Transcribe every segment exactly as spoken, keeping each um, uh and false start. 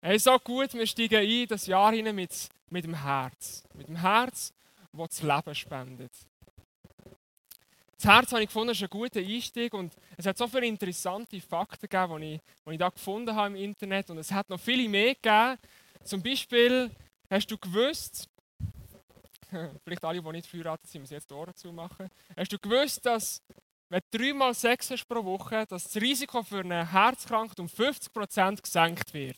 Hey, so gut, wir steigen ein in das Jahr hinein mit, mit dem Herz. Mit dem Herz, das das Leben spendet. Das Herz, habe ich gefunden, ist ein guter Einstieg und es hat so viele interessante Fakten gegeben, die ich, die ich da gefunden habe im Internet, und es hat noch viele mehr gegeben. Zum Beispiel, hast du gewusst, vielleicht alle, die nicht verheiratet sind, müssen jetzt die Ohren zumachen, hast du gewusst, dass wenn du dreimal Sex hast pro Woche, dass das Risiko für eine Herzkrankheit um fünfzig Prozent gesenkt wird?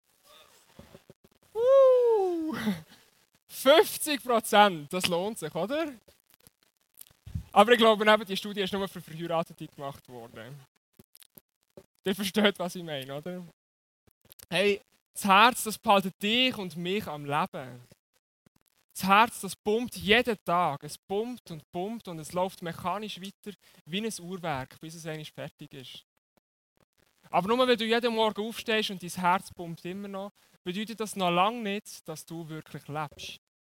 Uh, fünfzig Prozent, das lohnt sich, oder? Aber ich glaube, eben, die Studie ist nur für Verheiratete gemacht worden. Ihr versteht, was ich meine, oder? Hey, das Herz, das behaltet dich und mich am Leben. Das Herz, das pumpt jeden Tag. Es pumpt und pumpt und es läuft mechanisch weiter wie ein Uhrwerk, bis es eigentlich fertig ist. Aber nur weil du jeden Morgen aufstehst und dein Herz pumpt immer noch, bedeutet das noch lange nicht, dass du wirklich lebst.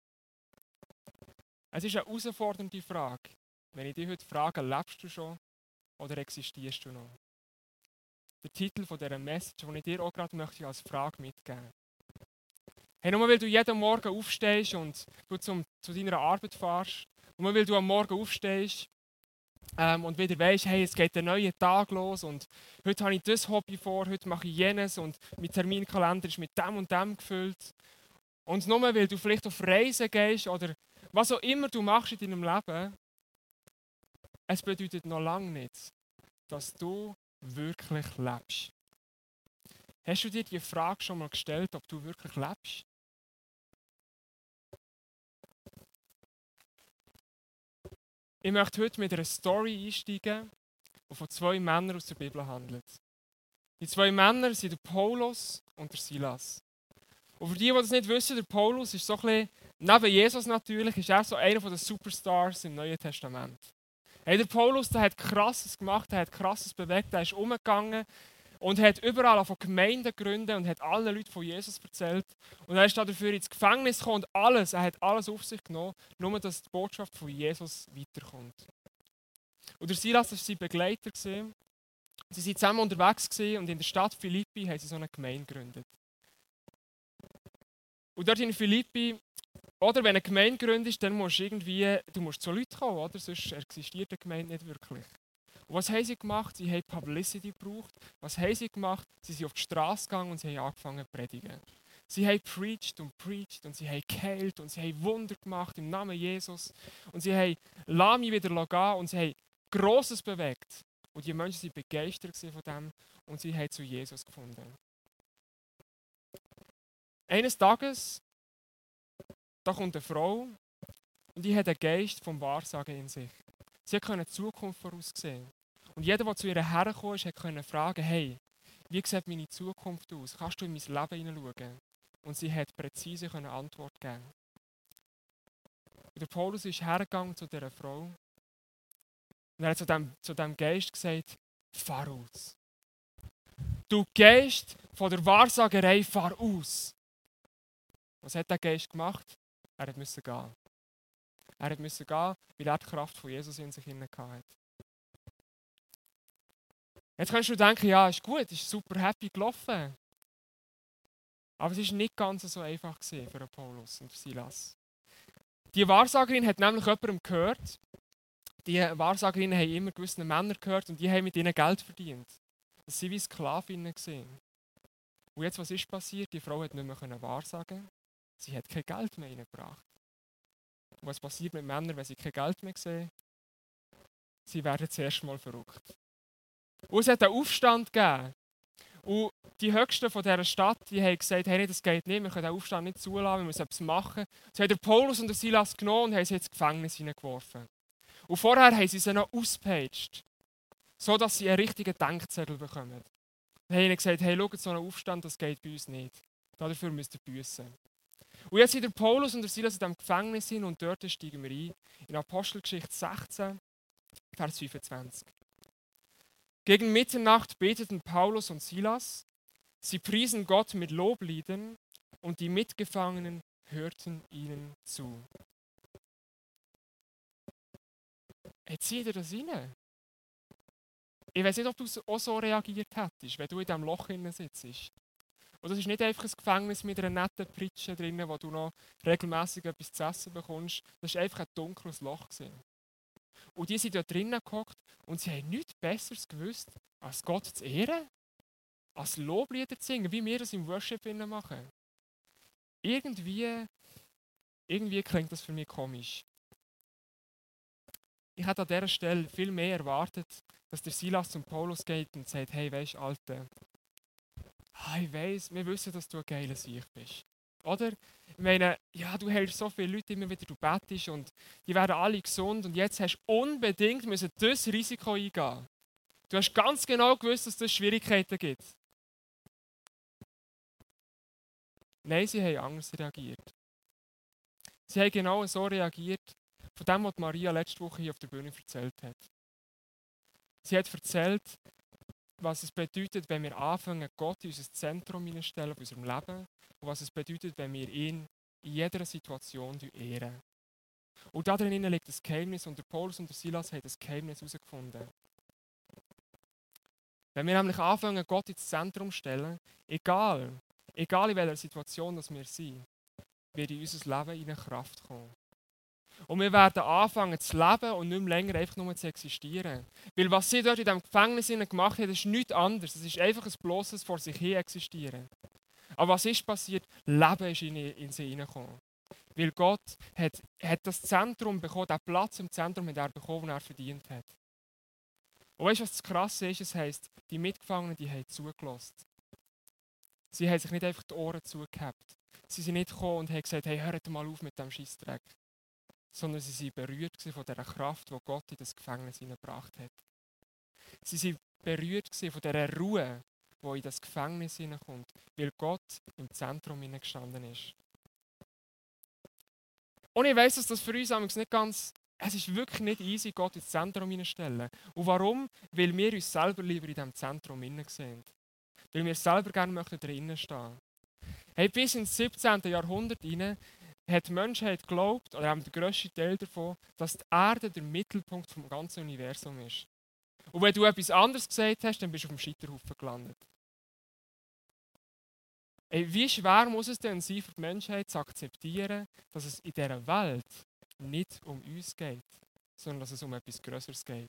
Es ist eine herausfordernde Frage. Wenn ich dich heute frage, lebst du schon oder existierst du noch? Der Titel von dieser Message, den ich dir auch gerade möchte als Frage mitgeben möchte. Hey, nur weil du jeden Morgen aufstehst und du zum, zu deiner Arbeit fährst, nur weil du am Morgen aufstehst ähm, und wieder weißt, hey, es geht ein neuer Tag los und heute habe ich das Hobby vor, heute mache ich jenes und mein Terminkalender ist mit dem und dem gefüllt. Und nur weil du vielleicht auf Reisen gehst oder was auch immer du machst in deinem Leben, es bedeutet noch lange nicht, dass du wirklich lebst. Hast du dir die Frage schon mal gestellt, ob du wirklich lebst? Ich möchte heute mit einer Story einsteigen, die von zwei Männern aus der Bibel handelt. Die zwei Männer sind der Paulus und der Silas. Und für die, die das nicht wissen, der Paulus ist so ein bisschen, neben Jesus natürlich, ist er so einer der Superstars im Neuen Testament. Hey, der Paulus, der hat Krasses gemacht, der hat Krasses bewegt, der ist umgegangen und hat überall von Gemeinden gegründet und hat allen Leuten von Jesus erzählt. Und er ist dafür ins Gefängnis gekommen und alles, er hat alles auf sich genommen, nur dass die Botschaft von Jesus weiterkommt. Und der Silas war sein Begleiter. Sie waren zusammen unterwegs und in der Stadt Philippi haben sie so eine Gemeinde gegründet. Und dort in Philippi, oder wenn eine Gemeinde gründest, dann musst du irgendwie, du musst zu Leuten kommen, oder? Sonst existiert die Gemeinde nicht wirklich. Und was haben sie gemacht? Sie haben Publicity gebraucht. Was haben sie gemacht? Sie sind auf die Straße gegangen und sie haben angefangen zu predigen. Sie haben preached und preached und sie haben geheilt und sie haben Wunder gemacht im Namen Jesus. Und sie haben Lahme wieder gehen und sie haben Grosses bewegt. Und die Menschen waren begeistert von dem und sie haben zu Jesus gefunden. Eines Tages, da kommt eine Frau und die hat einen Geist vom Wahrsagen in sich. Sie konnte die Zukunft voraussehen. Und jeder, der zu ihr hergekommen ist, konnte fragen, hey, wie sieht meine Zukunft aus? Kannst du in mein Leben hineinschauen? Und sie hat präzise eine Antwort geben. Und der Paulus ist hergegangen zu dieser Frau und er hat zu dem, zu dem Geist gesagt, fahr aus. Du Geist von der Wahrsagerei, fahr aus. Was hat der Geist gemacht? Er musste gehen. Er musste gehen, weil er die Kraft von Jesus in sich hinein hatte. Jetzt kannst du denken, ja, ist gut, ist super happy gelaufen. Aber es war nicht ganz so einfach für Paulus und Silas. Die Wahrsagerin hat nämlich jemandem gehört. Die Wahrsagerinnen haben immer gewisse Männer gehört und die haben mit ihnen Geld verdient. Das waren wie Sklavinnen. Und jetzt, was ist passiert? Die Frau hat nicht mehr wahrsagen. Sie hat kein Geld mehr reingebracht. Und was passiert mit Männern, wenn sie kein Geld mehr sehen? Sie werden zuerst mal verrückt. Und es hat einen Aufstand gegeben. Und die Höchsten von dieser Stadt die haben gesagt, hey, das geht nicht, wir können den Aufstand nicht zulassen, wir müssen etwas machen. Sie haben Paulus und Silas genommen und haben sie ins Gefängnis hineingeworfen. Und vorher haben sie sie noch ausgepaged, sodass sie einen richtigen Denkzettel bekommen. Sie haben ihnen gesagt, hey, schaut, so einen Aufstand, das geht bei uns nicht. Dafür müsst ihr büssen. Und jetzt sind der Paulus und der Silas in diesem Gefängnis hin und dort steigen wir ein. In Apostelgeschichte sechzehn, Vers fünfundzwanzig. Gegen Mitternacht beteten Paulus und Silas. Sie priesen Gott mit Lobliedern und die Mitgefangenen hörten ihnen zu. Jetzt zieht ihr das rein. Ich weiß nicht, ob du auch so reagiert hättest, wenn du in diesem Loch sitzt. Und das ist nicht einfach ein Gefängnis mit einer netten Pritsche drin, wo du noch regelmäßig etwas zu essen bekommst. Das war einfach ein dunkles Loch gewesen. Und die sind dort drinnen gehockt und sie haben nichts Besseres gewusst, als Gott zu ehren, als Loblieder zu singen, wie wir das im Worship machen. Irgendwie, irgendwie klingt das für mich komisch. Ich hätte an dieser Stelle viel mehr erwartet, dass der Silas zum Paulus geht und sagt, hey, weisst du, Alter, ah, ich weiss, wir wissen, dass du ein geiler Sieg bist. Oder? Ich meine, ja, du hältst so viele Leute immer wieder, du bettest und die werden alle gesund und jetzt hast du unbedingt müssen das Risiko eingehen. Du hast ganz genau gewusst, dass es Schwierigkeiten gibt. Nein, sie haben anders reagiert. Sie haben genau so reagiert, von dem, was Maria letzte Woche hier auf der Bühne erzählt hat. Sie hat erzählt, was es bedeutet, wenn wir anfangen, Gott in unser Zentrum hineinstellen, auf unserem Leben, und was es bedeutet, wenn wir ihn in jeder Situation ehren. Und darin liegt das Geheimnis, und der Paulus und der Silas haben das Geheimnis herausgefunden. Wenn wir nämlich anfangen, Gott ins Zentrum zu stellen, egal, egal in welcher Situation das wir sind, wird in unser Leben in eine Kraft kommen. Und wir werden anfangen zu leben und nicht mehr länger einfach nur zu existieren. Weil was sie dort in diesem Gefängnis gemacht haben, ist nichts anderes. Es ist einfach ein bloßes vor sich hin existieren. Aber was ist passiert? Leben ist in, in sie hineingekommen. Weil Gott hat, hat das Zentrum bekommen, den Platz im Zentrum hat er bekommen, den er verdient hat. Und weißt du, was das Krasse ist? Es heisst, die Mitgefangenen die haben zugelassen. Sie haben sich nicht einfach die Ohren zugehabt. Sie sind nicht gekommen und haben gesagt, hey, hört mal auf mit dem Scheissdreck. Sondern sie waren berührt von dieser Kraft, die Gott in das Gefängnis hineingebracht hat. Sie waren berührt von dieser Ruhe, die in das Gefängnis hineinkommt, weil Gott im Zentrum hineingestanden ist. Und ich weiss, dass das für uns nicht ganz, es ist wirklich nicht easy, Gott ins Zentrum hineinzustellen. Und warum? Weil wir uns selber lieber in diesem Zentrum sehen. Weil wir selber gerne möchten drinnen stehen. Hey, bis ins siebzehnten Jahrhundert hinein hat die Menschheit geglaubt, oder haben der grösste Teil davon, dass die Erde der Mittelpunkt des ganzen Universums ist. Und wenn du etwas anderes gesagt hast, dann bist du auf dem Scheiterhaufen gelandet. Ey, wie schwer muss es denn sein für die Menschheit zu akzeptieren, dass es in dieser Welt nicht um uns geht, sondern dass es um etwas Größeres geht.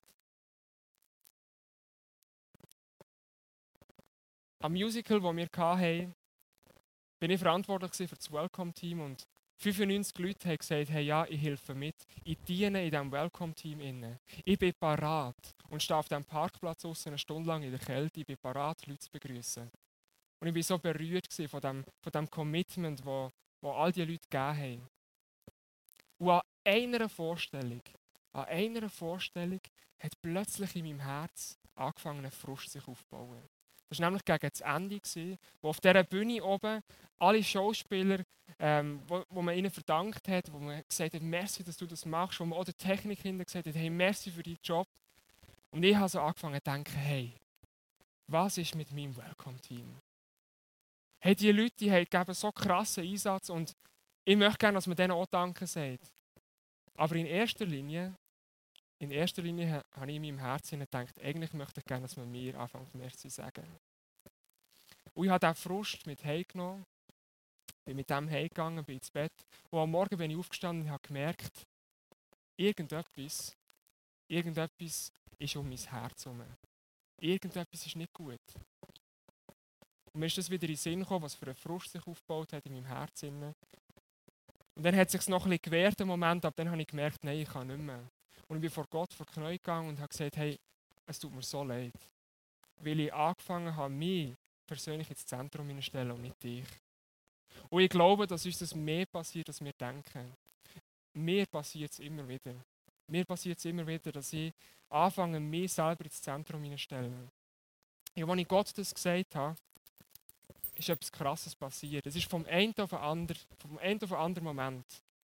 Am Musical, das wir hatten, bin ich verantwortlich für das Welcome-Team und fünfundneunzig Leute haben gesagt, hey, ja, ich helfe mit. Ich diene in diesem Welcome-Team. Ich bin parat und stehe auf diesem Parkplatz draussen eine Stunde lang in der Kälte. Ich bin parat, Leute zu begrüßen. Und ich war so berührt von dem, von dem Commitment, das all diese Leute gegeben haben. Und an einer Vorstellung, an einer Vorstellung hat plötzlich in meinem Herz angefangen, eine Frust sich aufzubauen. Das war nämlich gegen das Ende, gewesen, wo auf dieser Bühne oben alle Schauspieler, ähm, wo, wo man ihnen verdankt hat, wo man gesagt hat, merci, dass du das machst, wo man auch der Technik hinter gesagt hat, hey, merci für deinen Job. Und ich habe so angefangen zu denken, hey, was ist mit meinem Welcome-Team? Hey, die Leute die geben so krassen Einsatz und ich möchte gerne, dass man denen auch Danke sagt. Aber in erster Linie, in erster Linie habe ich in meinem Herzen gedacht, eigentlich möchte ich gerne, dass man mir anfängt, merci zu sagen. Und ich habe diesen Frust mit heimgenommen, bin mit dem heimgegangen, bin ins Bett. Und am Morgen bin ich aufgestanden und habe gemerkt, irgendetwas, irgendetwas ist um mein Herz herum. Irgendetwas ist nicht gut. Und mir ist das wieder in den Sinn gekommen, was für ein Frust sich aufgebaut hat in meinem Herzen. Und dann hat es sich noch ein bisschen gewehrt, im Moment, aber dann habe ich gemerkt, nein, ich kann nicht mehr. Und ich bin vor Gott vor die Knie gegangen und habe gesagt, hey, es tut mir so leid. Weil ich angefangen habe, mich persönlich ins Zentrum zu stellen und nicht dich. Und ich glaube, dass uns das mehr passiert, als wir denken. Mir passiert es immer wieder. Mir passiert es immer wieder, dass ich anfange, mich selber ins Zentrum zu stellen. Und als ich Gott das gesagt habe, ist etwas Krasses passiert. Es ist vom einen auf den anderen, vom einen auf den anderen Moment.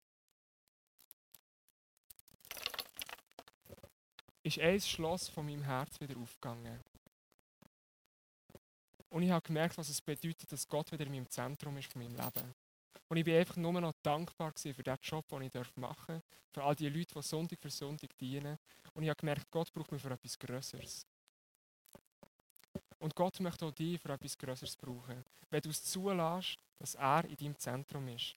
Ist ein Schloss von meinem Herz wieder aufgegangen. Und ich habe gemerkt, was es bedeutet, dass Gott wieder in meinem Zentrum ist von meinem Leben. Und ich bin einfach nur noch dankbar für den Job, den ich machen darf, für all die Leute, die Sonntag für Sonntag dienen. Und ich habe gemerkt, Gott braucht mich für etwas Größeres. Und Gott möchte auch dich für etwas Größeres brauchen, wenn du es zulässt, dass er in deinem Zentrum ist.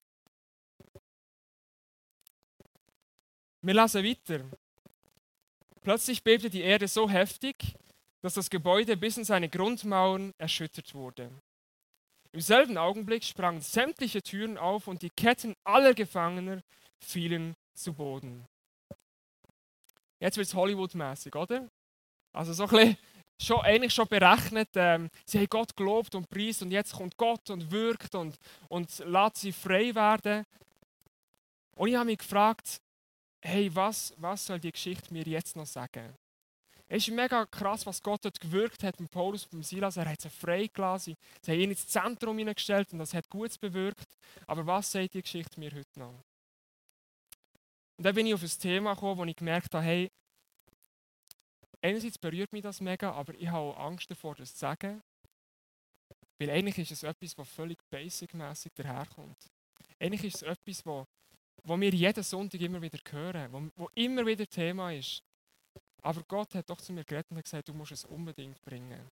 Wir lesen weiter. Plötzlich bebte die Erde so heftig, dass das Gebäude bis in seine Grundmauern erschüttert wurde. Im selben Augenblick sprangen sämtliche Türen auf und die Ketten aller Gefangener fielen zu Boden. Jetzt wird es Hollywood-mäßig, oder? Also so ein bisschen, schon, eigentlich schon berechnet, ähm, sie haben Gott gelobt und preist und jetzt kommt Gott und wirkt und, und lässt sie frei werden. Und ich habe mich gefragt, hey, was, was soll die Geschichte mir jetzt noch sagen? Es ist mega krass, was Gott dort gewirkt hat mit Paulus und Silas. Er hat sie freigelassen, sie haben ihn ins Zentrum hineingestellt und das hat Gutes bewirkt. Aber was sagt die Geschichte mir heute noch? Und dann bin ich auf ein Thema gekommen, wo ich gemerkt habe, hey, einerseits berührt mich das mega, aber ich habe auch Angst davor, das zu sagen. Weil eigentlich ist es etwas, was völlig basic-mässig daherkommt. Eigentlich ist es etwas, wo, wo wir jeden Sonntag immer wieder hören, wo, wo immer wieder Thema ist. Aber Gott hat doch zu mir geredet und gesagt, du musst es unbedingt bringen.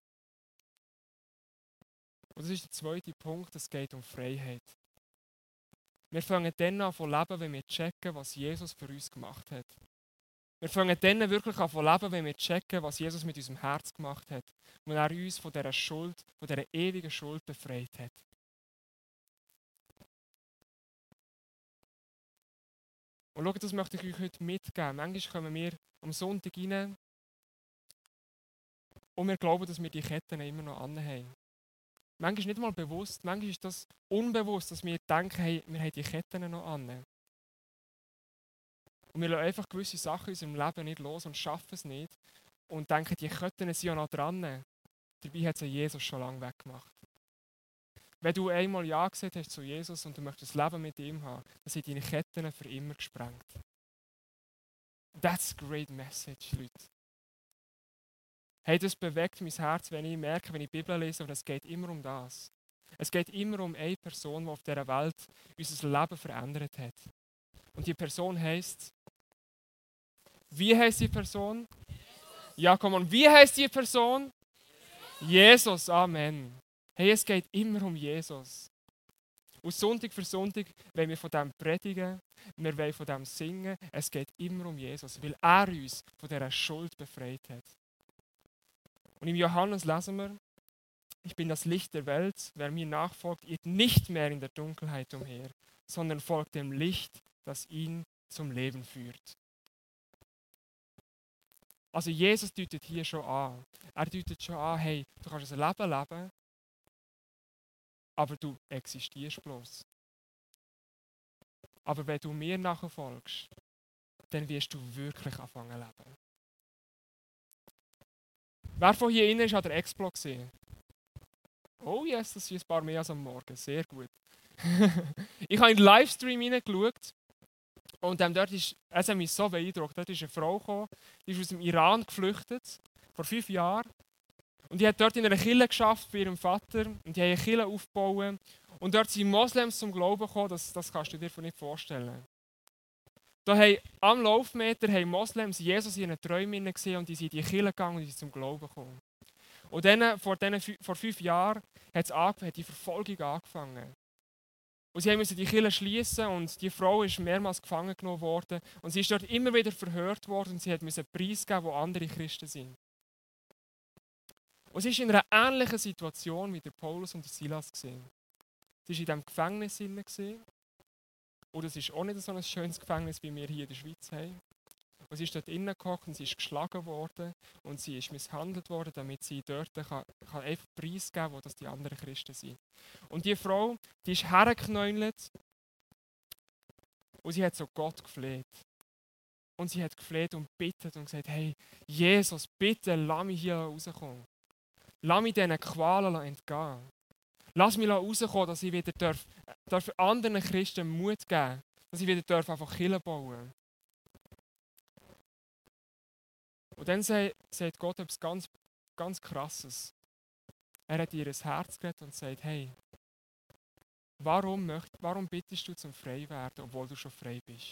Und das ist der zweite Punkt, es geht um Freiheit. Wir fangen dann an zu leben, wenn wir checken, was Jesus für uns gemacht hat. Wir fangen dann wirklich an zu leben, wenn wir checken, was Jesus mit unserem Herz gemacht hat. Und er uns von dieser Schuld, von dieser ewigen Schuld befreit hat. Und schaut, das möchte ich euch heute mitgeben. Manchmal kommen wir am Sonntag rein und wir glauben, dass wir die Ketten immer noch anhaben. Manchmal ist nicht mal bewusst, manchmal ist das unbewusst, dass wir denken, hey, wir haben die Ketten noch an. Und wir lassen einfach gewisse Sachen in unserem Leben nicht los und schaffen es nicht. Und denken, die Ketten sind ja noch dran. Dabei hat sie Jesus schon lange weggemacht. Wenn du einmal Ja gesagt hast zu Jesus und du möchtest das Leben mit ihm haben, dann sind deine Ketten für immer gesprengt. That's a great message, Leute. Hey, das bewegt mein Herz, wenn ich merke, wenn ich die Bibel lese, und es geht immer um das. Es geht immer um eine Person, die auf dieser Welt unser Leben verändert hat. Und die Person heisst, wie heißt die Person? Ja, komm on, wie heißt die Person? Jesus, Amen. Hey, es geht immer um Jesus. Und Sonntag für Sonntag wollen wir von dem predigen, wir wollen von dem singen. Es geht immer um Jesus, weil er uns von dieser Schuld befreit hat. Und im Johannes lesen wir, ich bin das Licht der Welt, wer mir nachfolgt, irrt nicht mehr in der Dunkelheit umher, sondern folgt dem Licht, das ihn zum Leben führt. Also Jesus deutet hier schon an. Er deutet schon an, hey, du kannst ein Leben leben, aber du existierst bloß. Aber wenn du mir nachfolgst, dann wirst du wirklich anfangen zu leben. Wer von hier innen ist an der Explo gesehen? Oh yes, das sind ein paar mehr als am Morgen. Sehr gut. Ich habe in den Livestream hineingeschaut und ähm, dort ist, es hat mich so beeindruckt, dort ist eine Frau gekommen, die ist aus dem Iran geflüchtet, vor fünf Jahren. Und die hat dort in einer Kirche geschafft bei ihrem Vater und die haben eine Kirche aufgebaut. Und dort sind Moslems zum Glauben gekommen, das, das kannst du dir nicht vorstellen. Da haben, am Laufmeter haben Moslems Jesus in ihren Träumen gesehen und die sind in die Kirche gegangen und die sind zum Glauben gekommen. Und dann, vor, den, vor fünf Jahren hat, hat die Verfolgung angefangen. Und sie mussten die Kirche schließen und die Frau ist mehrmals gefangen genommen worden. Und sie ist dort immer wieder verhört worden und sie musste einen Preis geben, wo andere Christen sind. Und sie war in einer ähnlichen Situation wie der Paulus und der Silas. Sie war in diesem Gefängnis drin. Und es ist auch nicht so ein schönes Gefängnis, wie wir hier in der Schweiz haben. Und sie ist dort drinnen gehockt und sie ist geschlagen worden und sie ist misshandelt worden, damit sie dort kann, kann einfach Preis geben kann, wo das die anderen Christen sind. Und die Frau, die ist hergeknäult und sie hat so Gott gefleht. Und sie hat gefleht und bittet und gesagt, hey, Jesus, bitte lass mich hier rauskommen. Lass mich diesen Qualen entgehen. Lass mich rauskommen, dass ich wieder darf, darf anderen Christen Mut geben darf, dass ich wieder darf einfach Kirche bauen. Und dann sagt Gott etwas ganz, ganz Krasses. Er hat ihr ein Herz geredet und sagt, hey, warum, möcht, warum bittest du zum Freiwerden, obwohl du schon frei bist?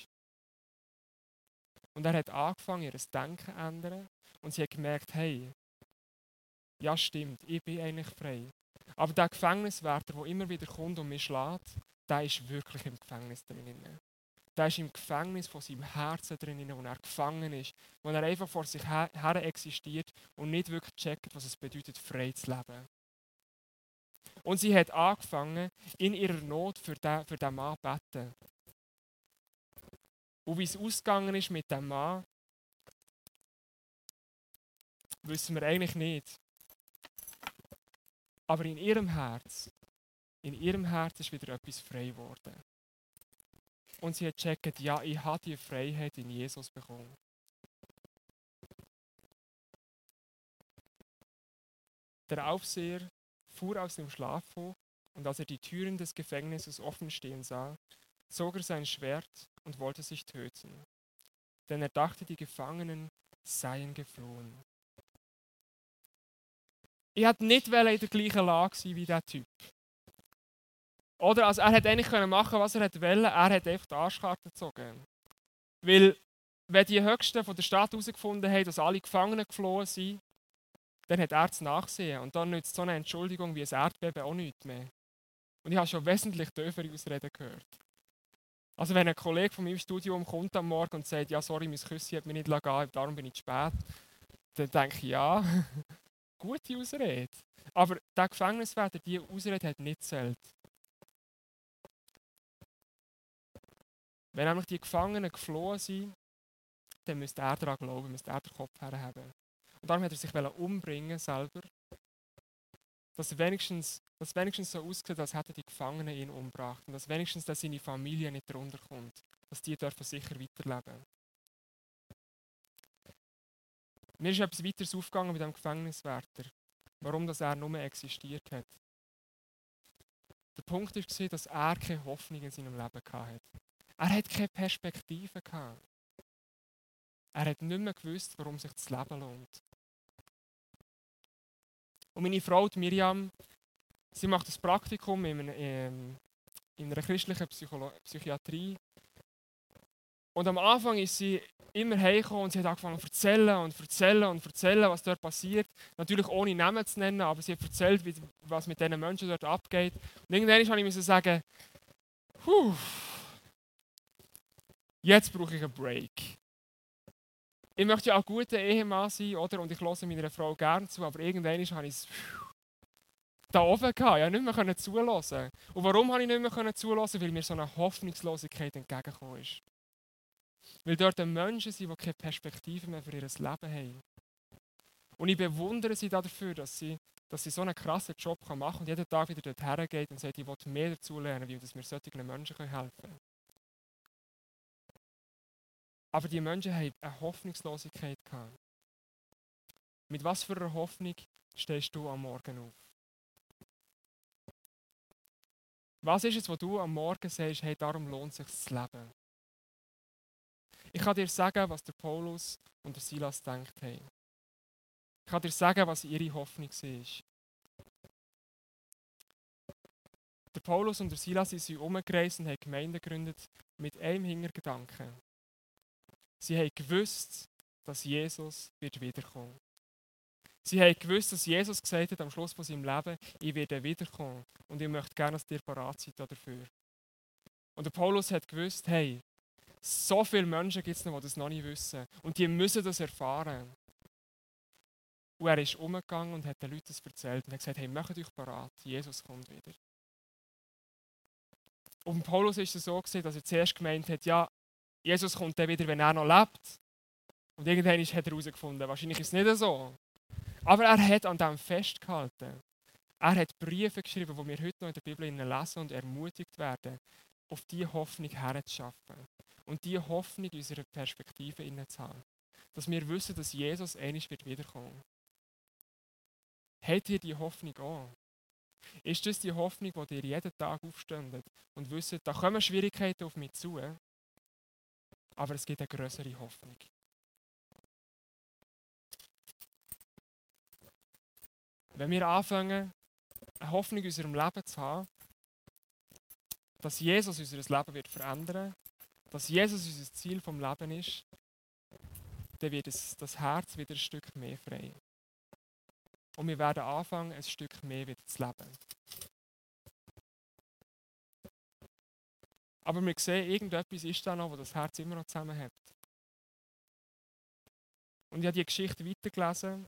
Und er hat angefangen, ihr Denken zu ändern und sie hat gemerkt, hey, ja stimmt, ich bin eigentlich frei. Aber der Gefängniswärter, der immer wieder kommt und mich schlägt, der ist wirklich im Gefängnis drin. Der ist im Gefängnis von seinem Herzen drin, wo er gefangen ist, wo er einfach vor sich her, her existiert und nicht wirklich checkt, was es bedeutet, frei zu leben. Und sie hat angefangen, in ihrer Not für den, für den Mann zu beten. Und wie es ausgegangen ist mit dem Mann, wissen wir eigentlich nicht. Aber in ihrem Herz, in ihrem Herz ist wieder etwas frei geworden. Und sie hat gecheckt, ja, ich habe die Freiheit in Jesus bekommen. Der Aufseher fuhr aus dem Schlaf hoch, und als er die Türen des Gefängnisses offen stehen sah, zog er sein Schwert und wollte sich töten. Denn er dachte, die Gefangenen seien geflohen. Ich hätte nicht in der gleichen Lage sein wie dieser Typ. Oder also er hätte eigentlich machen können, was er wollte. Er hat einfach die Arschkarte gezogen. Weil, wenn die Höchsten von der Stadt herausgefunden haben, dass alle Gefangenen geflohen sind, dann hat er es nachsehen. Und dann nützt so eine Entschuldigung wie ein Erdbeben auch nichts mehr. Und ich habe schon wesentlich tiefere Ausreden gehört. Also wenn ein Kollege von meinem Studium kommt am Morgen und sagt, ja sorry, mein Küsschen hat mich nicht gehen, darum bin ich zu spät, dann denke ich, ja, gute Ausrede. Aber der Gefängniswärter, diese Ausrede hat nicht gezählt. Wenn nämlich die Gefangenen geflohen sind, dann müsste er daran glauben, müsste er den Kopf herhaben. Und darum hat er sich umbringen selber, dass er wenigstens, dass es wenigstens so aussieht, als hätten die Gefangenen ihn umgebracht. Und dass wenigstens dass seine Familie nicht darunter kommt. Dass die dürfen sicher weiterleben. Mir ist etwas weiteres aufgegangen mit dem Gefängniswärter. Warum dass er nur existiert hat. Der Punkt war, dass er keine Hoffnung in seinem Leben hatte. Er hatte keine Perspektive. Er hat nicht mehr gewusst, warum sich das Leben lohnt. Und meine Frau, die Miriam, sie macht ein Praktikum in, in, in einer christlichen Psycholo- Psychiatrie. Und am Anfang ist sie immer heimgekommen und sie hat angefangen zu erzählen und erzählen und erzählen, was dort passiert. Natürlich ohne Namen zu nennen, aber sie hat erzählt, wie, was mit diesen Menschen dort abgeht. Und irgendwann musste ich sagen, Puh, jetzt brauche ich einen Break. Ich möchte ja auch ein guter Ehemann sein, oder? Und ich höre meiner Frau gerne zu, aber irgendwann habe ich es da oben gehabt, ja, nicht mehr zulassen. Und warum habe ich nicht mehr zulassen? Weil mir so eine Hoffnungslosigkeit entgegengekommen ist. Weil dort Menschen sind, die keine Perspektive mehr für ihr Leben haben. Und ich bewundere sie dafür, dass sie, dass sie so einen krassen Job machen kann und jeden Tag wieder dorthin geht und sagt, ich will mehr dazu lernen, wie wir solchen Menschen helfen können. Aber die Menschen haben eine Hoffnungslosigkeit gehabt. Mit was für einer Hoffnung stehst du am Morgen auf? Was ist es, was du am Morgen sagst, hey, darum lohnt es sich das Leben? Ich kann dir sagen, was der Paulus und der Silas gedacht haben. Ich kann dir sagen, was ihre Hoffnung war. Der Paulus und der Silas sind umgereist und haben Gemeinden gegründet mit einem Hintergedanken. Sie haben gewusst, dass Jesus wird wiederkommen. Sie haben gewusst, dass Jesus gesagt hat am Schluss von seinem Leben, ich werde wiederkommen und ich möchte gerne, dass ihr parat seid dafür. Und der Paulus hat gewusst, hey, so viele Menschen gibt es noch, die das noch nicht wissen. Und die müssen das erfahren. Und er ist umgegangen und hat den Leuten das erzählt und hat gesagt, hey, macht euch parat, Jesus kommt wieder. Und bei Paulus ist es so gewesen, dass er zuerst gemeint hat, ja, Jesus kommt dann wieder, wenn er noch lebt. Und irgendwann hat er herausgefunden, wahrscheinlich ist es nicht so. Aber er hat an dem festgehalten. Er hat Briefe geschrieben, die wir heute noch in der Bibel lesen und ermutigt werden, auf diese Hoffnung herzuschaffen. Und diese Hoffnung in unserer Perspektive zu haben. Dass wir wissen, dass Jesus einmal wird wiederkommen. Habt ihr die Hoffnung auch? Ist das die Hoffnung, die ihr jeden Tag aufsteht und wisst, da kommen Schwierigkeiten auf mich zu, aber es gibt eine größere Hoffnung. Wenn wir anfangen, eine Hoffnung in unserem Leben zu haben, dass Jesus unser Leben wird verändern, dass Jesus unser Ziel vom Leben ist, dann wird es, das Herz wieder ein Stück mehr frei. und wir werden anfangen, ein Stück mehr wieder zu leben. Aber wir sehen, irgendetwas ist da noch, wo das Herz immer noch zusammenhält. Und ich habe die Geschichte weitergelesen.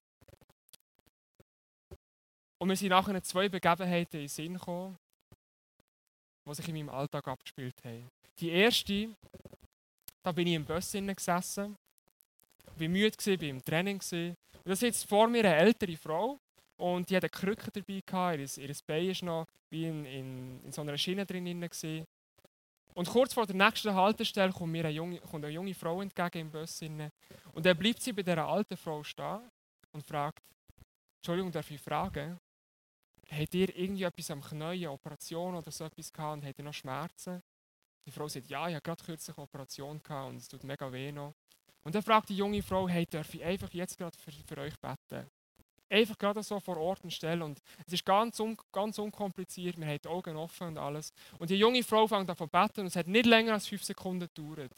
Und mir sind nachher zwei Begebenheiten in den Sinn gekommen, die sich in meinem Alltag abgespielt haben. Die erste, da bin ich im Bus gesessen, war müde, war im Training. Und da sitzt vor mir eine ältere Frau und die hatte eine Krücke dabei, gehabt, ihr, ihr Bein war noch wie in, in, in so einer Schiene drin. Gewesen. Und kurz vor der nächsten Haltestelle kommt mir eine junge, kommt eine junge Frau entgegen im Bus. Und dann bleibt sie bei dieser alten Frau stehen und fragt, Entschuldigung, darf ich fragen, habt ihr irgendwie etwas am Knie, eine Operation oder so etwas gehabt und habt ihr noch Schmerzen? Die Frau sagt, ja, ich hatte gerade kürzlich eine Operation gehabt und es tut mega weh noch. Und dann fragt die junge Frau, hey, darf ich einfach jetzt gerade für, für euch beten? Einfach gerade so vor Ort und Stelle. Und es ist ganz, un, ganz unkompliziert, wir haben die Augen offen und alles. Und die junge Frau fängt an zu beten und es hat nicht länger als fünf Sekunden gedauert.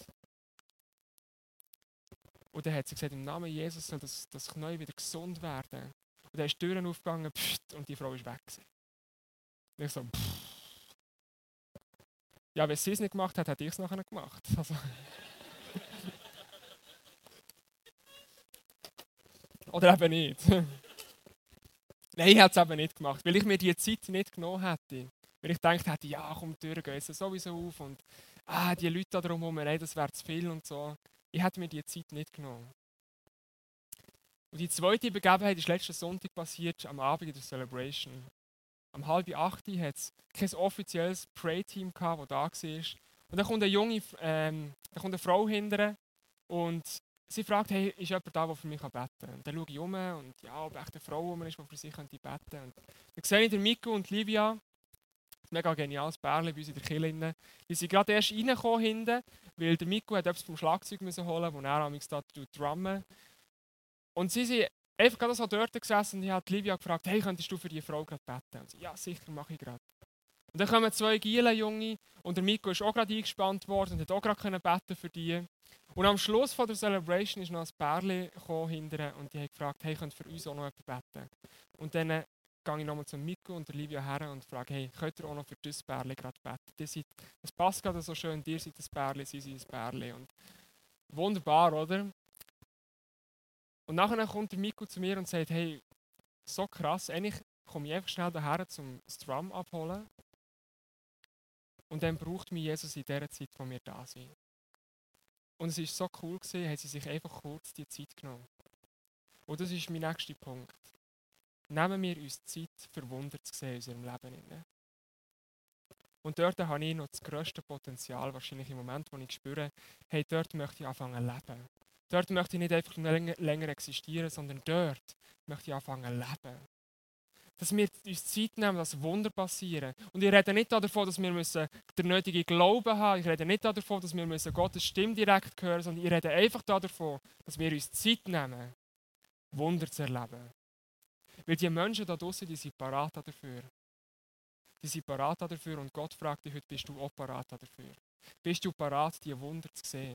Und dann hat sie gesagt, im Namen Jesus soll das, das Knie wieder gesund werden. Und dann ist die Türen aufgegangen pft, und die Frau ist weg. Und ich so, pff. Ja, wenn sie es nicht gemacht hat, hätte ich es nachher gemacht. Also. Oder eben nicht. Nein, ich hätte es eben nicht gemacht, weil ich mir die Zeit nicht genommen hätte. Weil ich gedacht hätte, ja, komm, die Türen gehen sowieso auf und ah, die Leute da drumherum, nein, das wäre zu viel und so. Ich hätte mir die Zeit nicht genommen. Und die zweite Begebenheit ist letzten Sonntag passiert, am Abend in der Celebration. Um halb acht hat es kein offizielles Pray-Team gehabt, das da war. Und dann kommt eine junge ähm, dann kommt eine Frau hinterher und sie fragt, hey, ist jemand da, der für mich beten kann? Und dann schaue ich um und ja, ob echt eine Frau um ist, die für sie beten könnte. Und dann sehe ich den Miko und Livia, ein mega geniales Pärchen bei uns in der Kirche. Die sind gerade erst reingekommen hinten, weil der Miko hat etwas vom Schlagzeug müssen holen, wo er amigs da drummen. Und sie sind einfach gerade so dort gesessen und ich habe Livia gefragt, hey, könntest du für die Frau gerade beten? Und sie, ja, sicher, mache ich gerade. Und dann kommen zwei Gielen, Junge, und der Miko ist auch gerade eingespannt worden und hat auch gerade beten für die. Und am Schluss von der Celebration ist noch ein Pärchen hinterher und die haben gefragt, hey, könnt für uns auch noch jemand beten? Und dann äh, gehe ich nochmal zu Miko und der Livia her und frage, hey, könnt ihr auch noch für das Pärchen gerade beten? Die seid, das passt gerade so schön, ihr seid das Pärchen, sie sind das Pärchen. Und wunderbar, oder? Und nachher kommt der Miko zu mir und sagt, hey, so krass, eigentlich komme ich einfach schnell daher, um das Drum abholen. Und dann braucht mich Jesus in der Zeit, wo wir da sind. Und es war so cool, gewesen, haben sie sich einfach kurz die Zeit genommen. Und das ist mein nächster Punkt. Nehmen wir uns Zeit, für Wunder zu sehen in unserem Leben. Und dort habe ich noch das grösste Potenzial, wahrscheinlich im Moment, wo ich spüre, hey, dort möchte ich anfangen zu leben. Dort möchte ich nicht einfach länger, länger existieren, sondern dort möchte ich anfangen zu leben. Dass wir uns Zeit nehmen, dass Wunder passieren. Und ich rede nicht davon, dass wir müssen den nötigen Glauben haben. Ich rede nicht davon, dass wir müssen Gottes Stimme direkt hören, sondern ich rede einfach davon, dass wir uns Zeit nehmen, Wunder zu erleben. Weil die Menschen da draußen, die sind parat dafür. Die sind parat dafür und Gott fragt dich heute, bist du auch parat dafür? Bist du parat, diese Wunder zu sehen?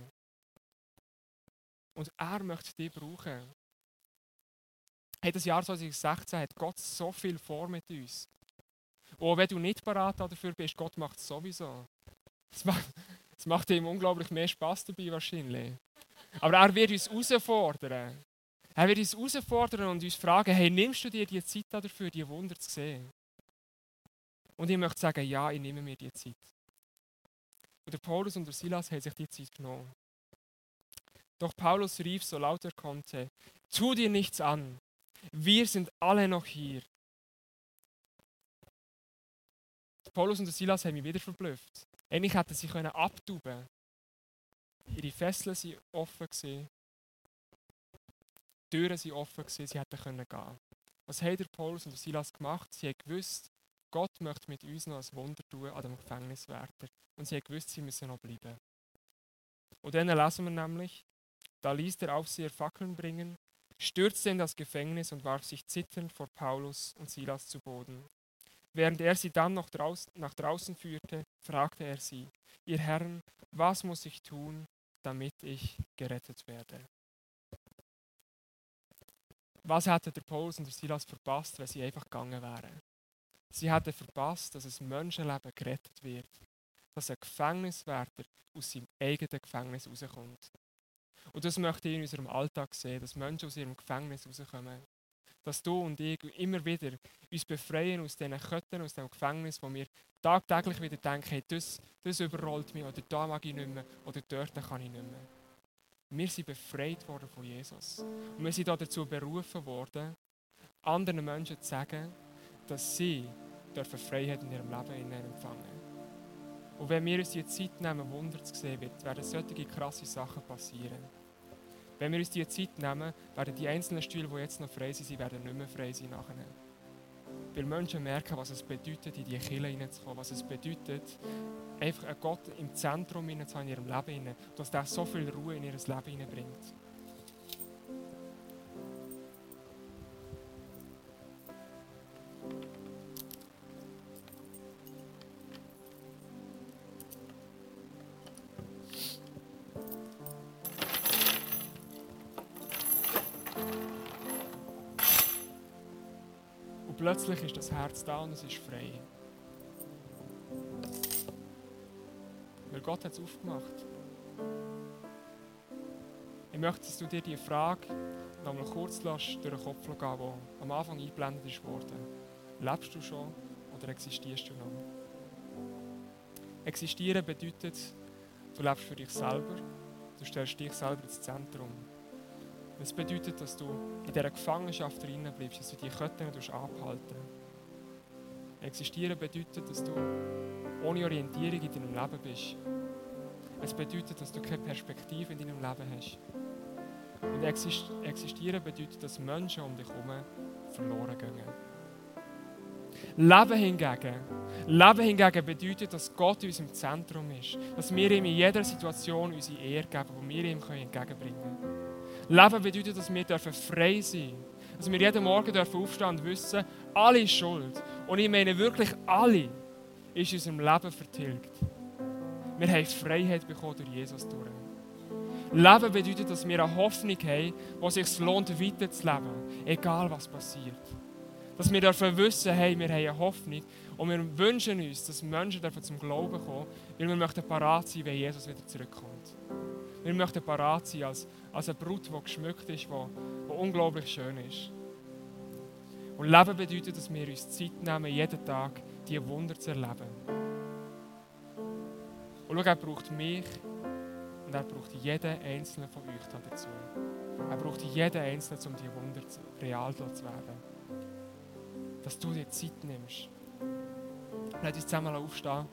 Und er möchte dich brauchen. Hey, das Jahr zwanzig sechzehn hat Gott so viel vor mit uns. Und wenn du nicht parat dafür bist, Gott macht es sowieso. Es macht, es macht ihm unglaublich mehr Spass dabei wahrscheinlich. Aber er wird uns herausfordern. Er wird uns herausfordern und uns fragen, hey, nimmst du dir die Zeit dafür, die Wunder zu sehen? Und ich möchte sagen, ja, ich nehme mir die Zeit. Und der Paulus und der Silas haben sich die Zeit genommen. Doch Paulus rief, so laut er konnte, tu dir nichts an. Wir sind alle noch hier. Paulus und Silas haben mich wieder verblüfft. Eigentlich hätten sie können abtauben. Ihre Fesseln waren offen. Die Türen waren offen. Sie hätten können gehen. Was haben der Paulus und Silas gemacht? Sie haben gewusst, Gott möchte mit uns noch ein Wunder tun an dem Gefängniswärter. Und sie haben gewusst, sie müssen noch bleiben. Und dann lesen wir nämlich, da ließ der Aufseher Fackeln bringen, stürzte in das Gefängnis und warf sich zitternd vor Paulus und Silas zu Boden. Während er sie dann noch draußen, nach draußen führte, fragte er sie, ihr Herren, was muss ich tun, damit ich gerettet werde? Was hätten der Paulus und der Silas verpasst, wenn sie einfach gegangen wären? Sie hätten verpasst, dass ein Menschenleben gerettet wird. Dass ein Gefängniswärter aus seinem eigenen Gefängnis rauskommt. Und das möchte ich in unserem Alltag sehen, dass Menschen aus ihrem Gefängnis rauskommen. Dass du und ich immer wieder uns befreien aus diesen Ketten, aus dem Gefängnis, wo wir tagtäglich wieder denken, hey, das, das überrollt mich, oder da mag ich nicht mehr, oder dort kann ich nicht mehr. Wir sind befreit worden von Jesus. Und wir sind dazu berufen worden, anderen Menschen zu sagen, dass sie dürfen Freiheit in ihrem Leben empfangen. Und wenn wir uns die Zeit nehmen, Wunder zu sehen, werden solche krasse Sachen passieren. Wenn wir uns die Zeit nehmen, werden die einzelnen Stühle, die jetzt noch frei sind, sie werden nicht mehr frei sein nachher. Weil Menschen merken, was es bedeutet, in die Kirche hineinzukommen, was es bedeutet, einfach einen Gott im Zentrum in ihrem Leben, dass der so viel Ruhe in ihr Leben hineinbringt. Und plötzlich ist das Herz da und es ist frei. Weil Gott hat es aufgemacht. Ich möchte, dass du dir die Frage noch mal kurz durch den Kopf gehen, die am Anfang eingeblendet wurde. Lebst du schon oder existierst du noch? Existieren bedeutet, du lebst für dich selber, du stellst dich selber ins Zentrum. Das bedeutet, dass du in dieser Gefangenschaft drinnen bleibst, dass du die Ketten abhalten. Existieren bedeutet, dass du ohne Orientierung in deinem Leben bist. Es bedeutet, dass du keine Perspektive in deinem Leben hast. Und existieren bedeutet, dass Menschen um dich herum verloren gehen. Leben hingegen, Leben hingegen bedeutet, dass Gott in unserem Zentrum ist. Dass wir ihm in jeder Situation unsere Ehre geben, die wir ihm entgegenbringen können. Leben bedeutet, dass wir frei sein dürfen. Dass wir jeden Morgen aufstehen und wissen, alle ist schuld. Und ich meine wirklich alle, ist in unserem Leben vertilgt. Wir haben Freiheit bekommen durch Jesus durch. Leben bedeutet, dass wir eine Hoffnung haben, die sich lohnt, weiterzuleben, egal was passiert. Dass wir dürfen wissen, hey, wir haben eine Hoffnung und wir wünschen uns, dass Menschen dürfen zum Glauben kommen, weil wir möchten parat sein, wenn Jesus wieder zurückkommt. Wir möchten parat sein als, als eine Brut, die geschmückt ist, die, die unglaublich schön ist. Und Leben bedeutet, dass wir uns Zeit nehmen, jeden Tag diese Wunder zu erleben. Und schau, er braucht mich und er braucht jeden Einzelnen von euch dazu. Er braucht jeden Einzelnen, um diese Wunder real zu werden. Dass du dir Zeit nimmst. Lass uns zusammen aufstehen.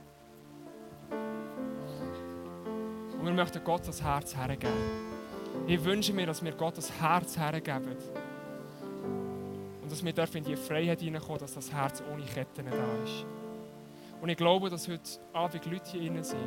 Und wir möchten Gott das Herz hergeben. Ich wünsche mir, dass wir Gott das Herz hergeben. Und dass wir in die Freiheit hineinkommen, dass das Herz ohne Ketten da ist. Und ich glaube, dass heute Abend Leute hier drin sind,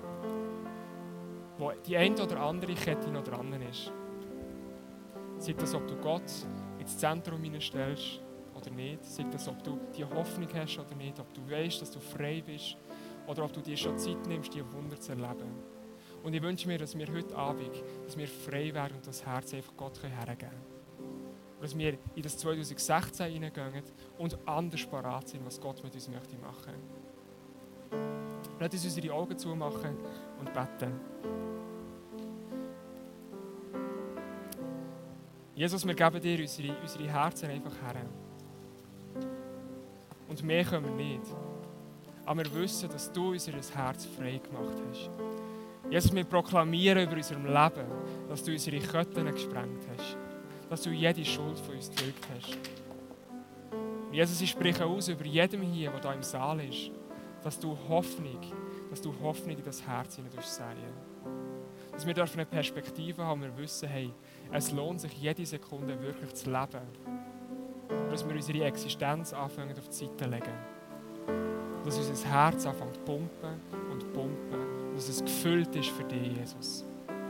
wo die eine oder andere Kette noch dran ist. Sei das, ob du Gott ins Zentrum hineinstellst oder nicht. Sei das, ob du die Hoffnung hast oder nicht. Ob du weißt, dass du frei bist. Oder ob du dir schon Zeit nimmst, diese Wunder zu erleben. Und ich wünsche mir, dass wir heute Abend dass wir frei werden und das Herz einfach Gott hergeben können. Und dass wir in das zwanzig sechzehn hineingehen und anders parat sind, was Gott mit uns möchte machen. Lass uns unsere Augen zumachen und beten. Jesus, wir geben dir unsere, unsere Herzen einfach her. Und mehr können wir nicht. Aber wir wissen, dass du unser Herz frei gemacht hast. Jesus, wir proklamieren über unserem Leben, dass du unsere Ketten gesprengt hast. Dass du jede Schuld von uns tilgt hast. Und Jesus, ich spreche aus über jedem hier, der hier im Saal ist, dass du Hoffnung, dass du Hoffnung in das Herz hinein säen. Dass wir eine Perspektive haben, wir wissen, hey, es lohnt sich jede Sekunde wirklich zu leben. Und dass wir unsere Existenz anfangen auf die Seite zu legen. Dass unser Herz anfängt zu pumpen und pumpen. Und dass es gefüllt ist für dich, Jesus.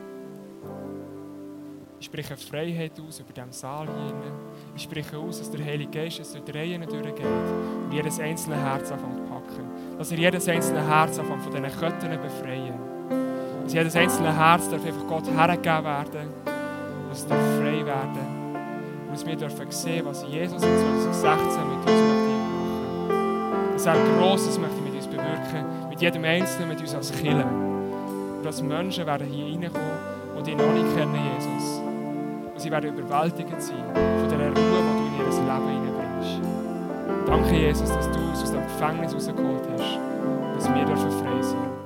Ich spreche Freiheit aus über diesen Saal hier. Ich spreche aus, dass der Heilige Geist durch die Reihen durchgeht und jedes einzelne Herz anfängt zu packen. Dass er jedes einzelne Herz anfängt von diesen Ketten befreien. Dass jedes einzelne Herz darf einfach Gott hergegeben werden. Dass es darf frei werden. Und dass wir dürfen sehen, was Jesus in zwanzig sechzehn mit uns möchte machen. Dass er Grosses möchte mit uns bewirken, mit jedem Einzelnen, mit uns als Kirche. Und dass Menschen werden hier reinkommen, die dich noch nicht kennen, Jesus. Und sie werden überwältigt sein von der Ruhe, die du in ihr Leben hineinbringst. Danke, Jesus, dass du uns aus dem Gefängnis rausgeholt hast und dass wir dürfen frei sein.